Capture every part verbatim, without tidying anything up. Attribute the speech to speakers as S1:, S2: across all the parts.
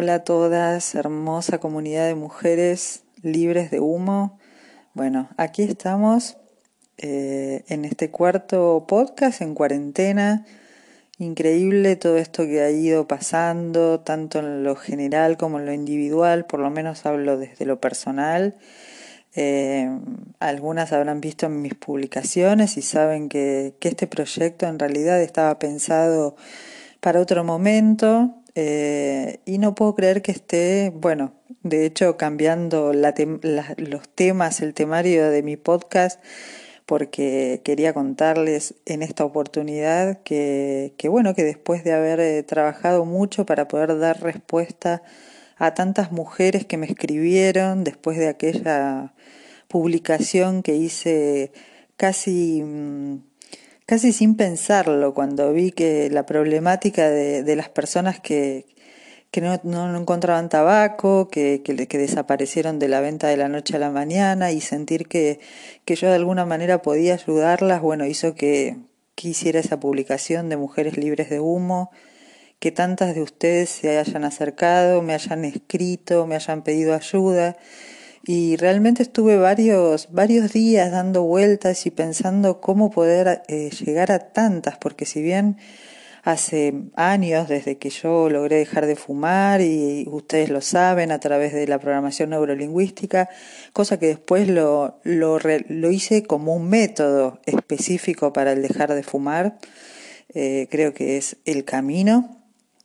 S1: Hola a todas, hermosa comunidad de mujeres libres de humo. Bueno, aquí estamos eh, en este cuarto podcast en cuarentena. Increíble todo esto que ha ido pasando, tanto en lo general como en lo individual, por lo menos hablo desde lo personal. Eh, algunas habrán visto en mis publicaciones y saben que, que este proyecto en realidad estaba pensado para otro momento. Eh, y no puedo creer que esté, bueno, de hecho cambiando la tem- la- los temas, el temario de mi podcast, porque quería contarles en esta oportunidad que, que bueno, que después de haber eh, trabajado mucho para poder dar respuesta a tantas mujeres que me escribieron después de aquella publicación que hice casi... mmm, Casi sin pensarlo, cuando vi que la problemática de, de las personas que, que no, no encontraban tabaco, que, que, que desaparecieron de la venta de la noche a la mañana, y sentir que, que yo de alguna manera podía ayudarlas, bueno, hizo que, que hiciera esa publicación de Mujeres Libres de Humo, que tantas de ustedes se hayan acercado, me hayan escrito, me hayan pedido ayuda. Y realmente estuve varios, varios días dando vueltas y pensando cómo poder eh, llegar a tantas, porque si bien hace años desde que yo logré dejar de fumar, y ustedes lo saben a través de la programación neurolingüística, cosa que después lo, lo, lo hice como un método específico para el dejar de fumar, eh, creo que es el camino.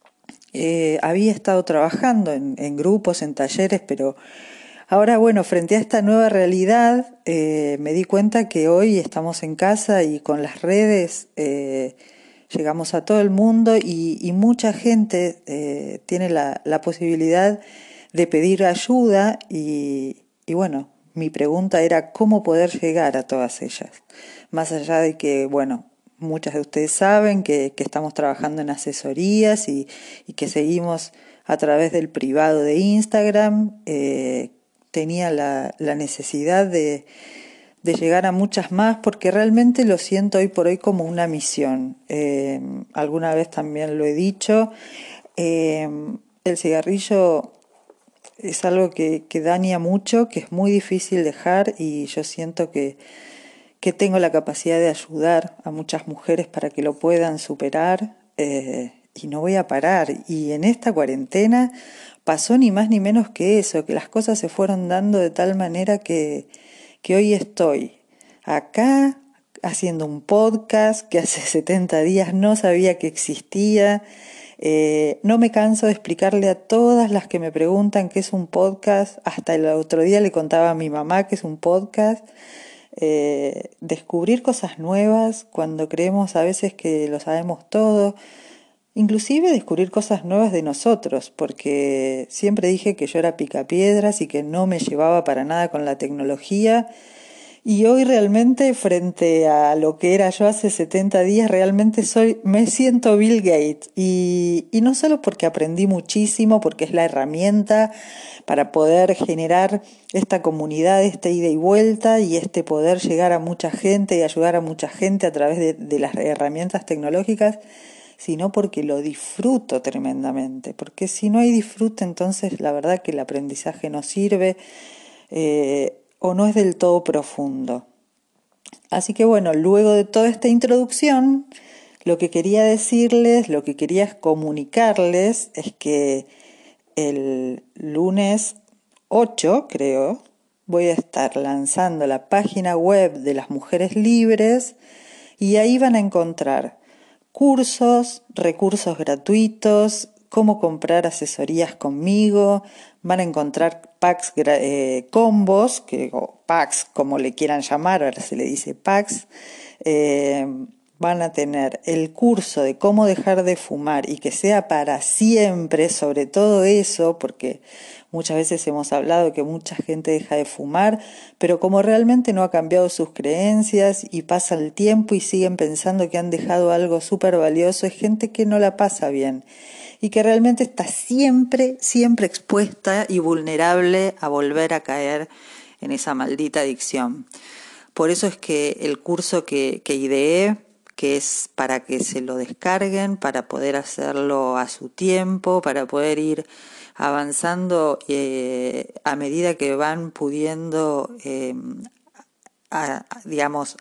S1: Eh, había estado trabajando en, en grupos, en talleres, pero ahora, bueno, frente a esta nueva realidad, eh, me di cuenta que hoy estamos en casa y con las redes eh, llegamos a todo el mundo, y, y mucha gente eh, tiene la, la posibilidad de pedir ayuda, y, y bueno, mi pregunta era cómo poder llegar a todas ellas. Más allá de que, bueno, muchas de ustedes saben que, que estamos trabajando en asesorías y, y que seguimos a través del privado de Instagram, eh, tenía la, la necesidad de, de llegar a muchas más, porque realmente lo siento hoy por hoy como una misión. Eh, alguna vez también lo he dicho, eh, el cigarrillo es algo que, que daña mucho, que es muy difícil dejar, y yo siento que, que tengo la capacidad de ayudar a muchas mujeres para que lo puedan superar, eh, y no voy a parar. Y en esta cuarentena pasó ni más ni menos que eso, que las cosas se fueron dando de tal manera que, que hoy estoy acá haciendo un podcast que hace setenta días no sabía que existía. Eh, no me canso de explicarle a todas las que me preguntan qué es un podcast. Hasta el otro día le contaba a mi mamá que es un podcast. Eh, descubrir cosas nuevas cuando creemos a veces que lo sabemos todo. Inclusive descubrir cosas nuevas de nosotros, porque siempre dije que yo era picapiedras y que no me llevaba para nada con la tecnología. Y hoy realmente, frente a lo que era yo hace setenta días, realmente soy, me siento Bill Gates. Y, y no solo porque aprendí muchísimo, porque es la herramienta para poder generar esta comunidad, esta ida y vuelta, y este poder llegar a mucha gente y ayudar a mucha gente a través de, de las herramientas tecnológicas, sino porque lo disfruto tremendamente. Porque si no hay disfrute, entonces la verdad que el aprendizaje no sirve, eh, o no es del todo profundo. Así que bueno, luego de toda esta introducción, lo que quería decirles, lo que quería comunicarles es que el lunes ocho, creo, voy a estar lanzando la página web de las Mujeres Libres, y ahí van a encontrar cursos, recursos gratuitos, cómo comprar asesorías conmigo, van a encontrar packs, eh, combos, que, o packs como le quieran llamar, ahora se le dice packs, eh, van a tener el curso de cómo dejar de fumar y que sea para siempre, sobre todo eso, porque muchas veces hemos hablado de que mucha gente deja de fumar, pero como realmente no ha cambiado sus creencias y pasa el tiempo y siguen pensando que han dejado algo súper valioso, es gente que no la pasa bien y que realmente está siempre, siempre expuesta y vulnerable a volver a caer en esa maldita adicción. Por eso es que el curso que, que ideé, que es para que se lo descarguen, para poder hacerlo a su tiempo, para poder ir avanzando eh, a medida que van pudiendo, eh, a, digamos,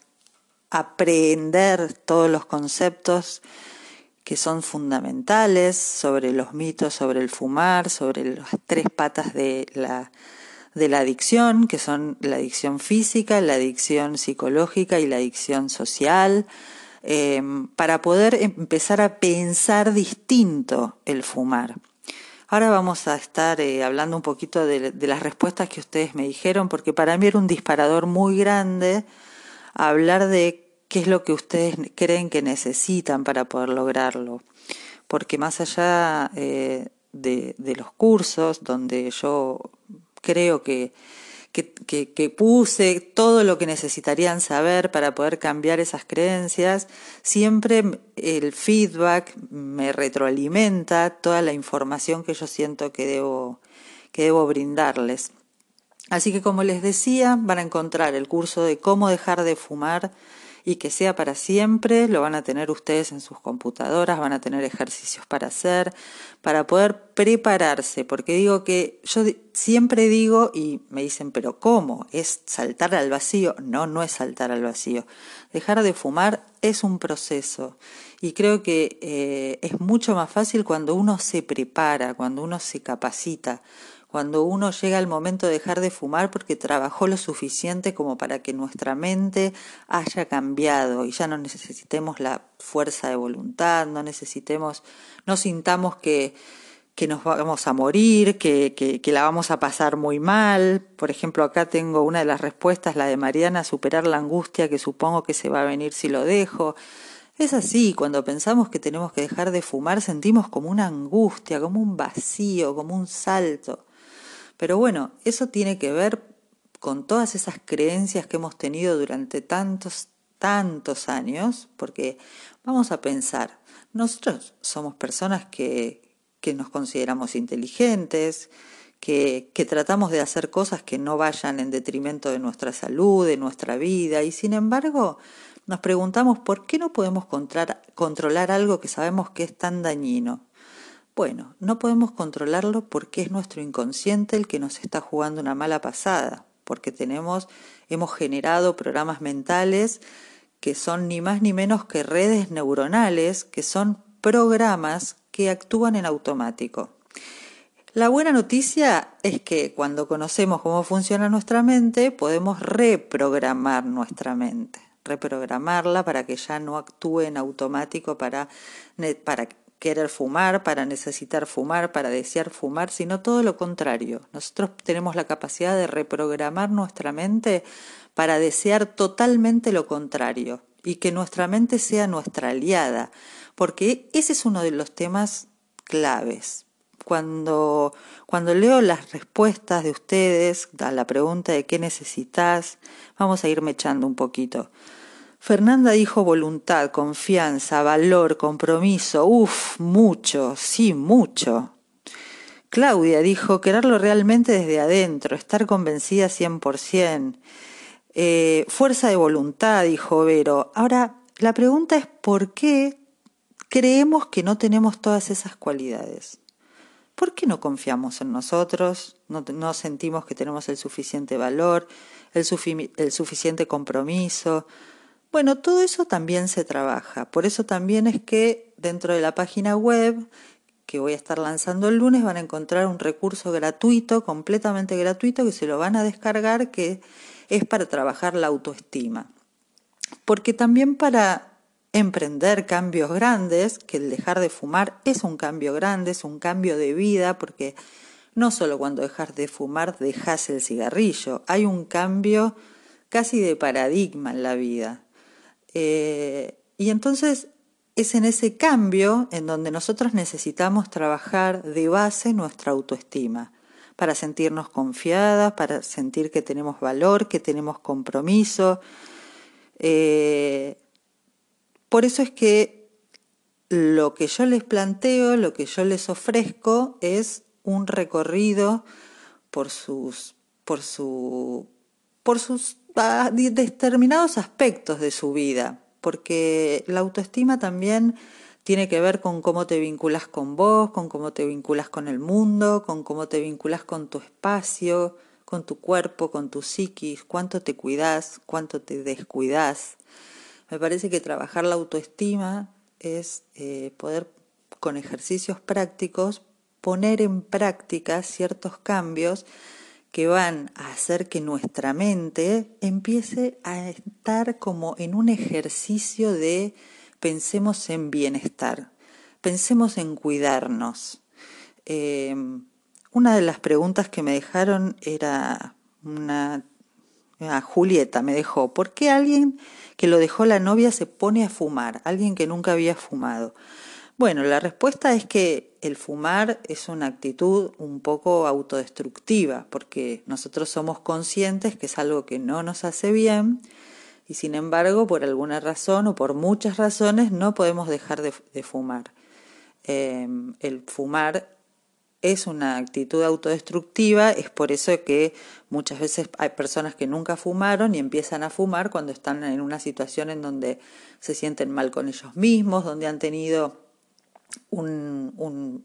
S1: aprender todos los conceptos que son fundamentales sobre los mitos, sobre el fumar, sobre las tres patas de la, de la adicción, que son la adicción física, la adicción psicológica y la adicción social, eh, para poder empezar a pensar distinto el fumar. Ahora vamos a estar eh, hablando un poquito de, de las respuestas que ustedes me dijeron, porque para mí era un disparador muy grande hablar de qué es lo que ustedes creen que necesitan para poder lograrlo. Porque más allá eh, de, de los cursos, donde yo creo que, que, que, que puse todo lo que necesitarían saber para poder cambiar esas creencias, siempre el feedback me retroalimenta toda la información que yo siento que debo, que debo brindarles. Así que, como les decía, van a encontrar el curso de cómo dejar de fumar y que sea para siempre, lo van a tener ustedes en sus computadoras, van a tener ejercicios para hacer, para poder prepararse, porque digo que yo siempre digo, y me dicen, pero ¿cómo? ¿Es saltar al vacío? No, no es saltar al vacío. Dejar de fumar es un proceso y creo que eh, es mucho más fácil cuando uno se prepara, cuando uno se capacita, cuando uno llega al momento de dejar de fumar porque trabajó lo suficiente como para que nuestra mente haya cambiado y ya no necesitemos la fuerza de voluntad, no necesitemos, no sintamos que, que nos vamos a morir, que, que, que la vamos a pasar muy mal. Por ejemplo, acá tengo una de las respuestas, la de Mariana, superar la angustia que supongo que se va a venir si lo dejo. Es así, cuando pensamos que tenemos que dejar de fumar sentimos como una angustia, como un vacío, como un salto. Pero bueno, eso tiene que ver con todas esas creencias que hemos tenido durante tantos, tantos años, porque vamos a pensar, nosotros somos personas que, que nos consideramos inteligentes, que, que tratamos de hacer cosas que no vayan en detrimento de nuestra salud, de nuestra vida, y sin embargo nos preguntamos por qué no podemos controlar, controlar algo que sabemos que es tan dañino. Bueno, no podemos controlarlo porque es nuestro inconsciente el que nos está jugando una mala pasada, porque tenemos, hemos generado programas mentales que son ni más ni menos que redes neuronales, que son programas que actúan en automático. La buena noticia es que cuando conocemos cómo funciona nuestra mente, podemos reprogramar nuestra mente, reprogramarla para que ya no actúe en automático para, para querer fumar, para necesitar fumar, para desear fumar, sino todo lo contrario. Nosotros tenemos la capacidad de reprogramar nuestra mente para desear totalmente lo contrario y que nuestra mente sea nuestra aliada, porque ese es uno de los temas claves. Cuando, cuando leo las respuestas de ustedes a la pregunta de qué necesitas, vamos a irme echando un poquito. Fernanda dijo voluntad, confianza, valor, compromiso. Uf, mucho, sí, mucho. Claudia dijo quererlo realmente desde adentro, estar convencida cien por ciento. Eh, fuerza de voluntad, dijo Vero. Ahora, la pregunta es ¿por qué creemos que no tenemos todas esas cualidades? ¿Por qué no confiamos en nosotros? No, no sentimos que tenemos el suficiente valor, el, sufi- el suficiente compromiso. Bueno, todo eso también se trabaja. Por eso también es que dentro de la página web que voy a estar lanzando el lunes van a encontrar un recurso gratuito, completamente gratuito, que se lo van a descargar, que es para trabajar la autoestima. Porque también para emprender cambios grandes, que el dejar de fumar es un cambio grande, es un cambio de vida, porque no solo cuando dejas de fumar dejas el cigarrillo, hay un cambio casi de paradigma en la vida. Eh, y entonces es en ese cambio en donde nosotros necesitamos trabajar de base nuestra autoestima, para sentirnos confiadas, para sentir que tenemos valor, que tenemos compromiso. Eh, por eso es que lo que yo les planteo, lo que yo les ofrezco es un recorrido por sus, por su, por sus ah, determinados aspectos de su vida. porque la autoestima también tiene que ver con cómo te vinculas con vos, con cómo te vinculas con el mundo, con cómo te vinculas con tu espacio, con tu cuerpo, con tu psiquis, cuánto te cuidás, cuánto te descuidás. Me parece que trabajar la autoestima es eh, poder, con ejercicios prácticos, poner en práctica ciertos cambios que van a hacer que nuestra mente empiece a estar como en un ejercicio de pensemos en bienestar, pensemos en cuidarnos. Eh, una de las preguntas que me dejaron era una... A Julieta me dejó, ¿por qué alguien que lo dejó la novia se pone a fumar? Alguien que nunca había fumado. Bueno, la respuesta es que el fumar es una actitud un poco autodestructiva, porque nosotros somos conscientes que es algo que no nos hace bien y sin embargo, por alguna razón o por muchas razones, no podemos dejar de, de fumar. Eh, el fumar es una actitud autodestructiva, es por eso que muchas veces hay personas que nunca fumaron y empiezan a fumar cuando están en una situación en donde se sienten mal con ellos mismos, donde han tenido un, un,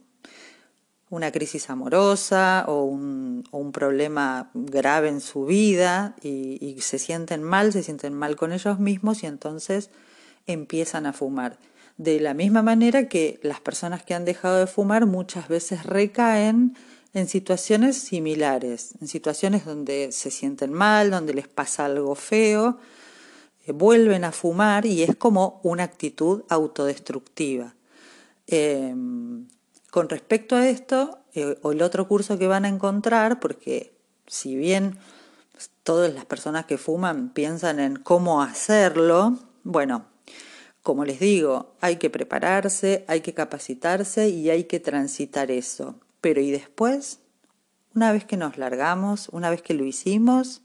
S1: una crisis amorosa o un, o un problema grave en su vida y, y se sienten mal, se sienten mal con ellos mismos y entonces empiezan a fumar. De la misma manera que las personas que han dejado de fumar muchas veces recaen en situaciones similares, en situaciones donde se sienten mal, donde les pasa algo feo, eh, vuelven a fumar y es como una actitud autodestructiva. Eh, con respecto a esto, eh, o el otro curso que van a encontrar, porque si bien todas las personas que fuman piensan en cómo hacerlo, bueno, como les digo, hay que prepararse, hay que capacitarse y hay que transitar eso. Pero ¿y después? Una vez que nos largamos, una vez que lo hicimos,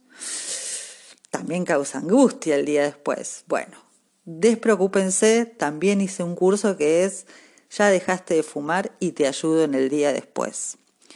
S1: también causa angustia el día después. Bueno, despreocúpense, también hice un curso que es ya dejaste de fumar y te ayudo en el día después.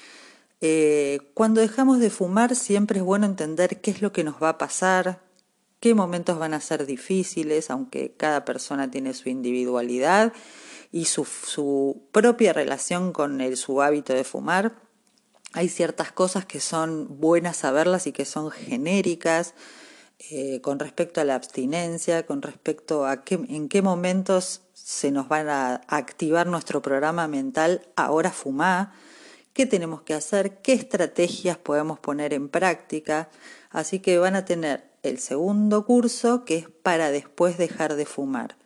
S1: Eh, cuando dejamos de fumar siempre es bueno entender qué es lo que nos va a pasar, qué momentos van a ser difíciles, aunque cada persona tiene su individualidad y su, su propia relación con el, su hábito de fumar. Hay ciertas cosas que son buenas saberlas y que son genéricas eh, con respecto a la abstinencia, con respecto a qué, en qué momentos se nos van a activar nuestro programa mental, ahora fumá, qué tenemos que hacer, qué estrategias podemos poner en práctica. Así que van a tener el segundo curso que es para después dejar de fumar.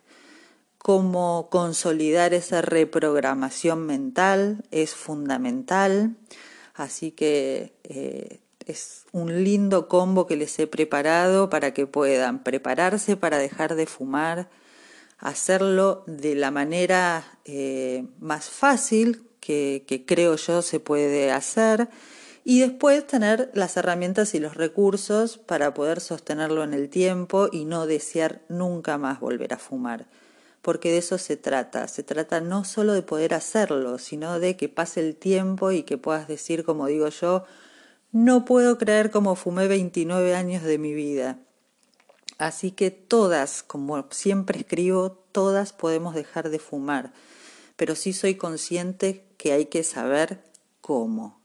S1: Cómo consolidar esa reprogramación mental es fundamental. Así que eh, es un lindo combo que les he preparado para que puedan prepararse para dejar de fumar, hacerlo de la manera eh, más fácil que, que creo yo se puede hacer y después tener las herramientas y los recursos para poder sostenerlo en el tiempo y no desear nunca más volver a fumar. Porque de eso se trata, se trata no solo de poder hacerlo, sino de que pase el tiempo y que puedas decir, como digo yo, no puedo creer cómo fumé veintinueve años de mi vida. Así que todas, como siempre escribo, todas podemos dejar de fumar, pero sí soy consciente que hay que saber cómo.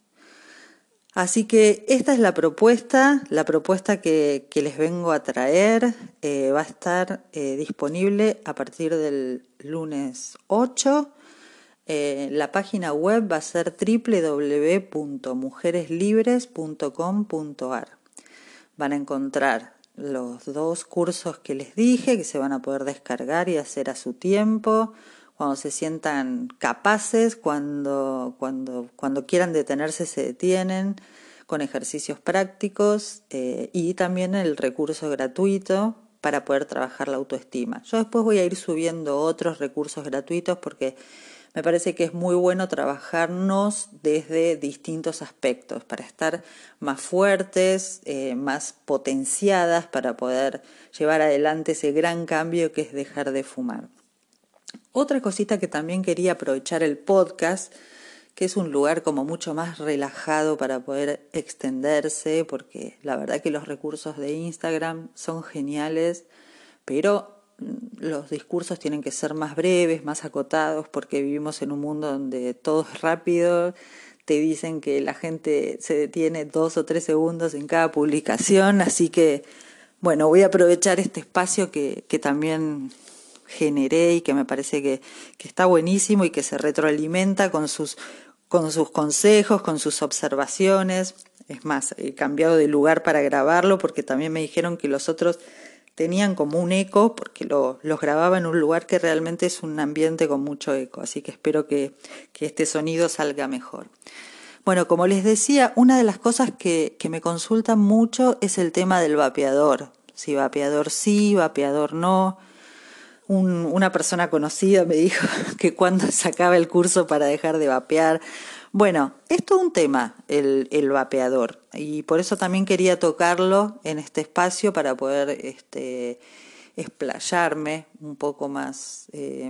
S1: Así que esta es la propuesta, la propuesta que, que les vengo a traer. Eh, va a estar eh, disponible a partir del lunes ocho. Eh, la página web va a ser doble u doble u doble u punto mujeres libres punto com punto a r. Van a encontrar los dos cursos que les dije, que se van a poder descargar y hacer a su tiempo, cuando se sientan capaces, cuando, cuando, cuando quieran detenerse se detienen, con ejercicios prácticos eh, y también el recurso gratuito para poder trabajar la autoestima. Yo después voy a ir subiendo otros recursos gratuitos porque me parece que es muy bueno trabajarnos desde distintos aspectos para estar más fuertes, eh, más potenciadas para poder llevar adelante ese gran cambio que es dejar de fumar. Otra cosita que también quería aprovechar el podcast, que es un lugar como mucho más relajado para poder extenderse, porque la verdad que los recursos de Instagram son geniales, pero los discursos tienen que ser más breves, más acotados, porque vivimos en un mundo donde todo es rápido. Te dicen que la gente se detiene dos o tres segundos en cada publicación, así que, bueno, voy a aprovechar este espacio que, que también generé y que me parece que, que está buenísimo y que se retroalimenta con sus, con sus consejos, con sus observaciones. Es más, he cambiado de lugar para grabarlo porque también me dijeron que los otros tenían como un eco, porque lo, los grababa en un lugar que realmente es un ambiente con mucho eco, así que espero que, que este sonido salga mejor. Bueno, como les decía, una de las cosas que, que me consultan mucho es el tema del vapeador. Si vapeador sí, vapeador no. Un, una persona conocida me dijo que cuando sacaba el curso para dejar de vapear. Bueno, es todo un tema el, el vapeador y por eso también quería tocarlo en este espacio para poder este, explayarme un poco más, eh,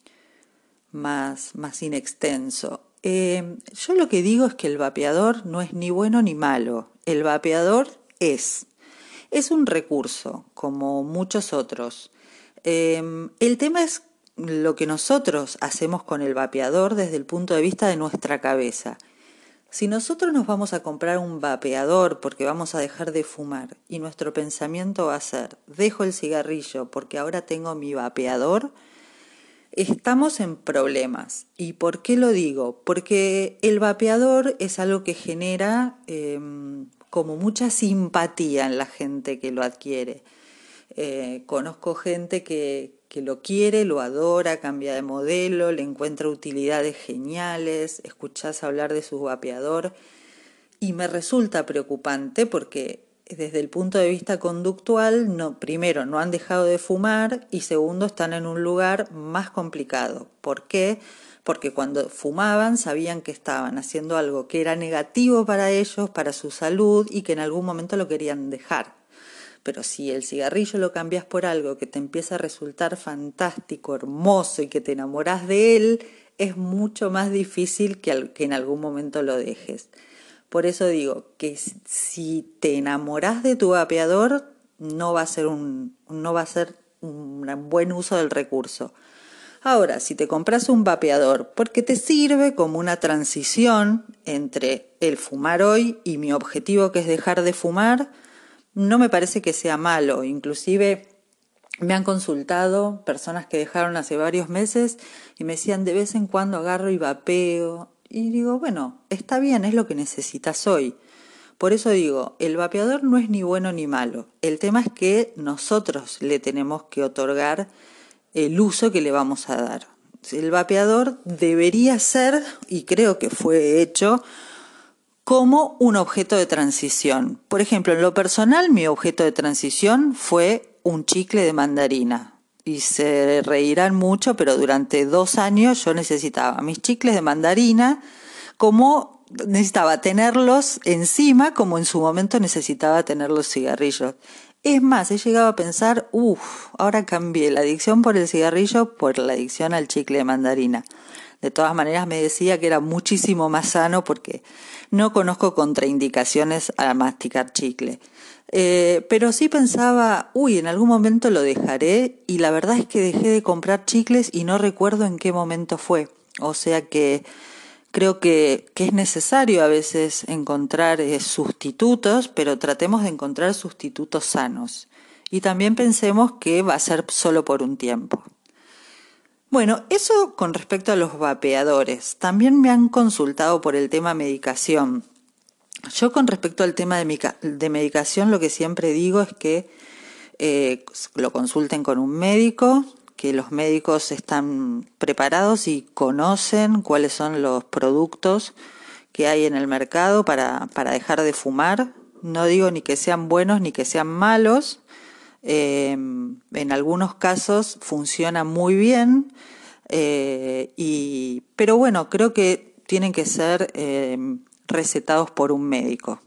S1: más, más inextenso. Eh, yo lo que digo es que el vapeador no es ni bueno ni malo. El vapeador es, es un recurso como muchos otros. Eh, el tema es lo que nosotros hacemos con el vapeador desde el punto de vista de nuestra cabeza. Si nosotros nos vamos a comprar un vapeador porque vamos a dejar de fumar y nuestro pensamiento va a ser, dejo el cigarrillo porque ahora tengo mi vapeador, estamos en problemas. ¿Y por qué lo digo? Porque el vapeador es algo que genera eh, como mucha simpatía en la gente que lo adquiere. Eh, conozco gente que, que lo quiere, lo adora, cambia de modelo, le encuentra utilidades geniales, escuchás hablar de su vapeador y me resulta preocupante porque desde el punto de vista conductual, no, primero, no han dejado de fumar y segundo, están en un lugar más complicado. ¿Por qué? Porque cuando fumaban sabían que estaban haciendo algo que era negativo para ellos, para su salud y que en algún momento lo querían dejar. Pero si el cigarrillo lo cambias por algo que te empieza a resultar fantástico, hermoso y que te enamorás de él, es mucho más difícil que, al, que en algún momento lo dejes. Por eso digo que si te enamorás de tu vapeador, no va a ser un, no va a ser un buen uso del recurso. Ahora, si te compras un vapeador porque te sirve como una transición entre el fumar hoy y mi objetivo que es dejar de fumar, no me parece que sea malo. Inclusive me han consultado personas que dejaron hace varios meses y me decían de vez en cuando agarro y vapeo. Y digo, bueno, está bien, es lo que necesitas hoy. Por eso digo, el vapeador no es ni bueno ni malo. El tema es que nosotros le tenemos que otorgar el uso que le vamos a dar. El vapeador debería ser, y creo que fue hecho, como un objeto de transición. Por ejemplo, en lo personal, mi objeto de transición fue un chicle de mandarina. Y se reirán mucho, pero durante dos años yo necesitaba mis chicles de mandarina, como necesitaba tenerlos encima, como en su momento necesitaba tener los cigarrillos. Es más, he llegado a pensar, uff, ahora cambié la adicción por el cigarrillo por la adicción al chicle de mandarina. De todas maneras me decía que era muchísimo más sano porque no conozco contraindicaciones a masticar chicle. Eh, pero sí pensaba, uy, en algún momento lo dejaré y la verdad es que dejé de comprar chicles y no recuerdo en qué momento fue. O sea que creo que, que es necesario a veces encontrar eh, sustitutos, pero tratemos de encontrar sustitutos sanos. Y también pensemos que va a ser solo por un tiempo. Bueno, eso con respecto a los vapeadores. También me han consultado por el tema medicación. Yo con respecto al tema de, mica- de medicación lo que siempre digo es que eh, lo consulten con un médico, que los médicos están preparados y conocen cuáles son los productos que hay en el mercado para, para dejar de fumar. No digo ni que sean buenos ni que sean malos. Eh, en algunos casos funciona muy bien, eh, y, pero bueno, creo que tienen que ser eh, recetados por un médico.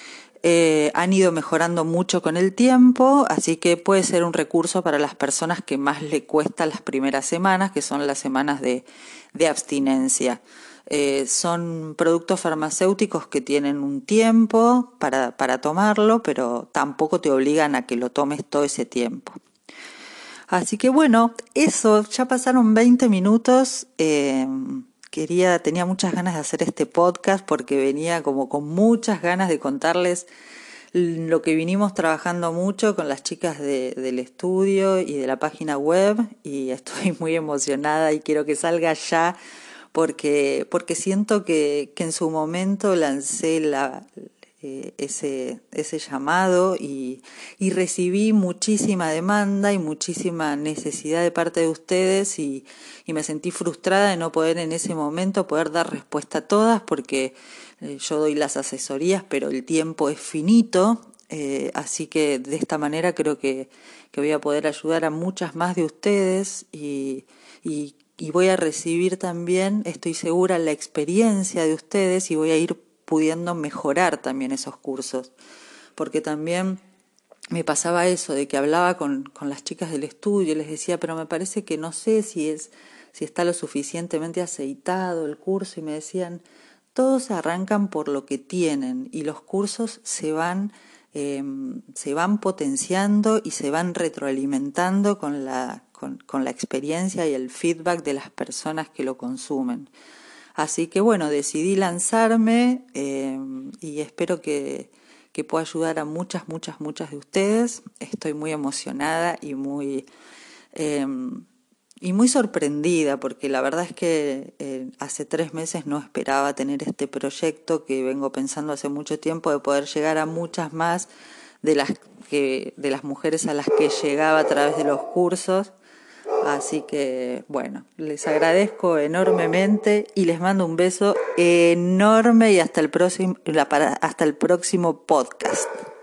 S1: Eh, han ido mejorando mucho con el tiempo, así que puede ser un recurso para las personas que más le cuesta las primeras semanas, que son las semanas de, de abstinencia. Eh, son productos farmacéuticos que tienen un tiempo para, para tomarlo, pero tampoco te obligan a que lo tomes todo ese tiempo. Así que bueno, eso, ya pasaron veinte minutos. Eh, quería, tenía muchas ganas de hacer este podcast porque venía como con muchas ganas de contarles lo que vinimos trabajando mucho con las chicas de, del estudio y de la página web, y estoy muy emocionada y quiero que salga ya porque, porque siento que, que en su momento lancé la, eh, ese, ese llamado y, y recibí muchísima demanda y muchísima necesidad de parte de ustedes, y, y me sentí frustrada de no poder en ese momento poder dar respuesta a todas, porque eh, yo doy las asesorías pero el tiempo es finito. Eh, así que de esta manera creo que, que voy a poder ayudar a muchas más de ustedes, y, y, y voy a recibir también, estoy segura, la experiencia de ustedes, y voy a ir pudiendo mejorar también esos cursos, porque también me pasaba eso, de que hablaba con, con las chicas del estudio y les decía, pero me parece que no sé si es, si está lo suficientemente aceitado el curso, y me decían, todos arrancan por lo que tienen y los cursos se van eh, se van potenciando y se van retroalimentando con la, con, con la experiencia y el feedback de las personas que lo consumen. Así que bueno, decidí lanzarme eh, y espero que, que pueda ayudar a muchas, muchas, muchas de ustedes. Estoy muy emocionada y muy... Eh, Y muy sorprendida, porque la verdad es que eh, hace tres meses no esperaba tener este proyecto que vengo pensando hace mucho tiempo, de poder llegar a muchas más de las que de las mujeres a las que llegaba a través de los cursos. Así que bueno, les agradezco enormemente y les mando un beso enorme, y hasta el próximo hasta el próximo podcast.